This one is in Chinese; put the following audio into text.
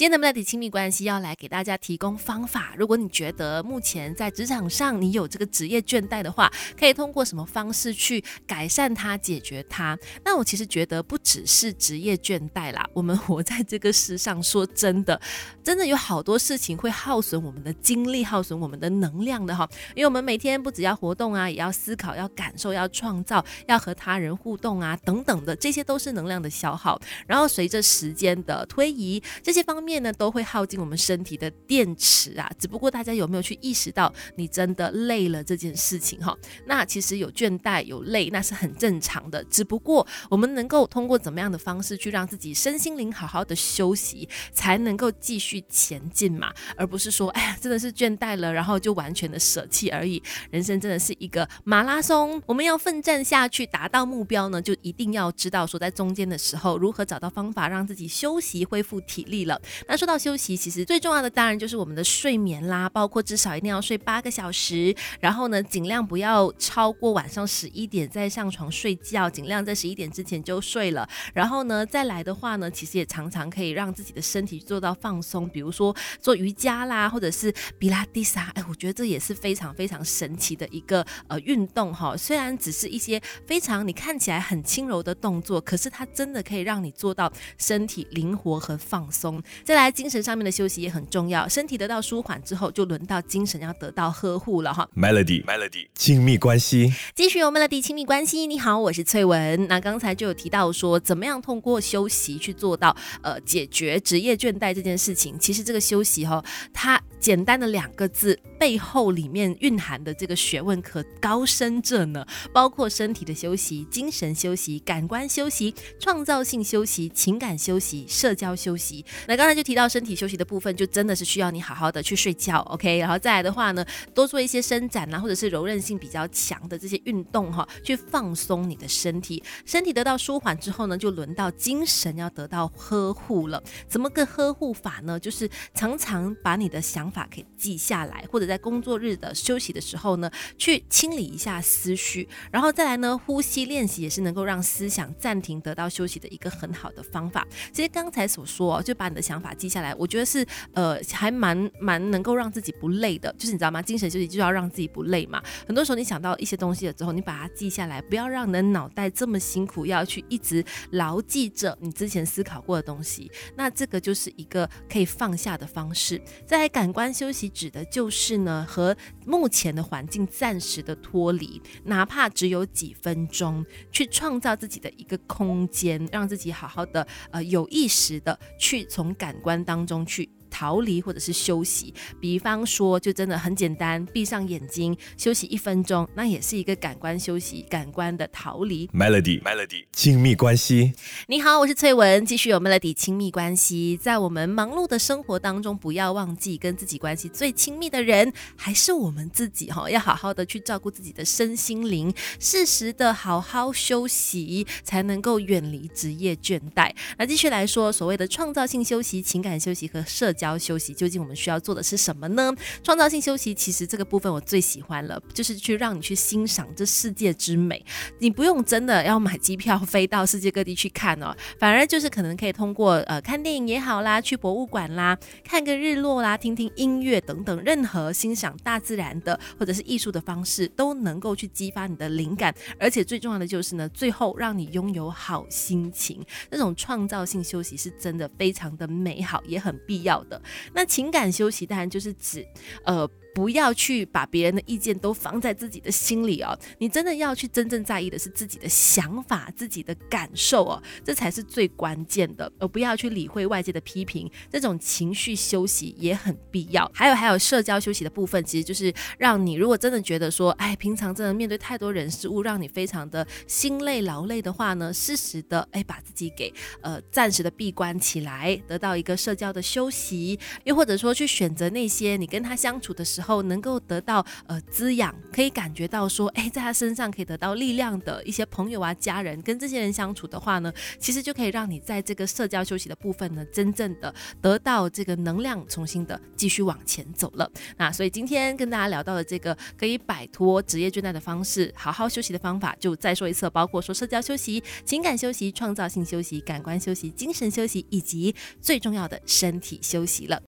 今天的 Melody 亲密关系要来给大家提供方法，如果你觉得目前在职场上你有这个职业倦怠的话，可以通过什么方式去改善它、解决它。那我其实觉得不只是职业倦怠啦，我们活在这个世上，说真的有好多事情会耗损我们的精力、耗损我们的能量的哈。因为我们每天不只要活动啊，也要思考、要感受、要创造、要和他人互动啊等等的，这些都是能量的消耗。然后随着时间的推移，这些方面呢都会耗尽我们身体的电池啊。只不过大家有没有去意识到你真的累了这件事情哈？那其实有倦怠有累那是很正常的，只不过我们能够通过怎么样的方式去让自己身心灵好好的休息，才能够继续前进嘛，而不是说哎呀真的是倦怠了然后就完全的舍弃而已。人生真的是一个马拉松，我们要奋战下去达到目标呢，就一定要知道说在中间的时候如何找到方法让自己休息恢复体力了。那说到休息，其实最重要的当然就是我们的睡眠啦，包括至少一定要睡8个小时，然后呢尽量不要超过晚上11点再上床睡觉，尽量在11点之前就睡了。然后呢再来的话呢，其实也常常可以让自己的身体做到放松，比如说做瑜伽啦，或者是比拉蒂斯啊，我觉得这也是非常非常神奇的一个运动哈。虽然只是一些非常你看起来很轻柔的动作，可是它真的可以让你做到身体灵活和放松。再来精神上面的休息也很重要，身体得到舒缓之后，就轮到精神要得到呵护了哈。 Melody 亲密关系， 继续有 Melody 亲密关系，你好，我是翠文。那刚才就有提到说怎么样通过休息去做到解决职业倦怠这件事情。其实这个休息它简单的2个字背后里面蕴含的这个学问可高深着呢，包括身体的休息、精神休息、感官休息、创造性休息、情感休息、社交休息。那刚才就提到身体休息的部分，就真的是需要你好好的去睡觉 OK， 然后再来的话呢，多做一些伸展啊，或者是柔韧性比较强的这些运动去放松你的身体。身体得到舒缓之后呢，就轮到精神要得到呵护了。怎么个呵护法呢？就是常常把你的想法可以记下来，或者在工作日的休息的时候呢，去清理一下思绪。然后再来呢，呼吸练习也是能够让思想暂停得到休息的一个很好的方法。其实刚才所说就把你的想法记下来，我觉得是还蛮能够让自己不累的。就是你知道吗，精神休息就要让自己不累嘛。很多时候你想到一些东西了之后，你把它记下来，不要让你的脑袋这么辛苦要去一直牢记着你之前思考过的东西，那这个就是一个可以放下的方式。在感官休息指的就是呢，和目前的环境暂时的脱离，哪怕只有几分钟，去创造自己的一个空间，让自己好好的有意识的去从感官当中去逃离或者是休息。比方说就真的很简单，闭上眼睛休息1分钟，那也是一个感官休息，感官的逃离。 Melody 亲密关系， 你好，我是翠文，继续有 Melody 亲密关系。在我们忙碌的生活当中，不要忘记跟自己关系最亲密的人还是我们自己要好好的去照顾自己的身心灵，适时的好好休息，才能够远离职业倦怠。那继续来说，所谓的创造性休息、情感休息和社交休息，究竟我们需要做的是什么呢？创造性休息其实这个部分我最喜欢了，就是去让你去欣赏这世界之美。你不用真的要买机票飞到世界各地去看哦，反而就是可能可以通过看电影也好啦，去博物馆啦，看个日落啦，听听音乐等等，任何欣赏大自然的或者是艺术的方式都能够去激发你的灵感。而且最重要的就是呢，最后让你拥有好心情。这种创造性休息是真的非常的美好，也很必要的。那情感休息当然就是指不要去把别人的意见都放在自己的心里哦，你真的要去真正在意的是自己的想法、自己的感受哦，这才是最关键的，而不要去理会外界的批评。这种情绪休息也很必要。还有社交休息的部分，其实就是让你如果真的觉得说，平常真的面对太多人事物，让你非常的心累劳累的话呢，适时的把自己给暂时的闭关起来，得到一个社交的休息，又或者说去选择那些你跟他相处的时时候能够得到滋养，可以感觉到说在他身上可以得到力量的一些朋友啊家人，跟这些人相处的话呢，其实就可以让你在这个社交休息的部分呢，真正的得到这个能量，重新的继续往前走了。那所以今天跟大家聊到的这个可以摆脱职业倦怠的方式，好好休息的方法，就再说一次，包括说社交休息、情感休息、创造性休息、感官休息、精神休息，以及最重要的身体休息了。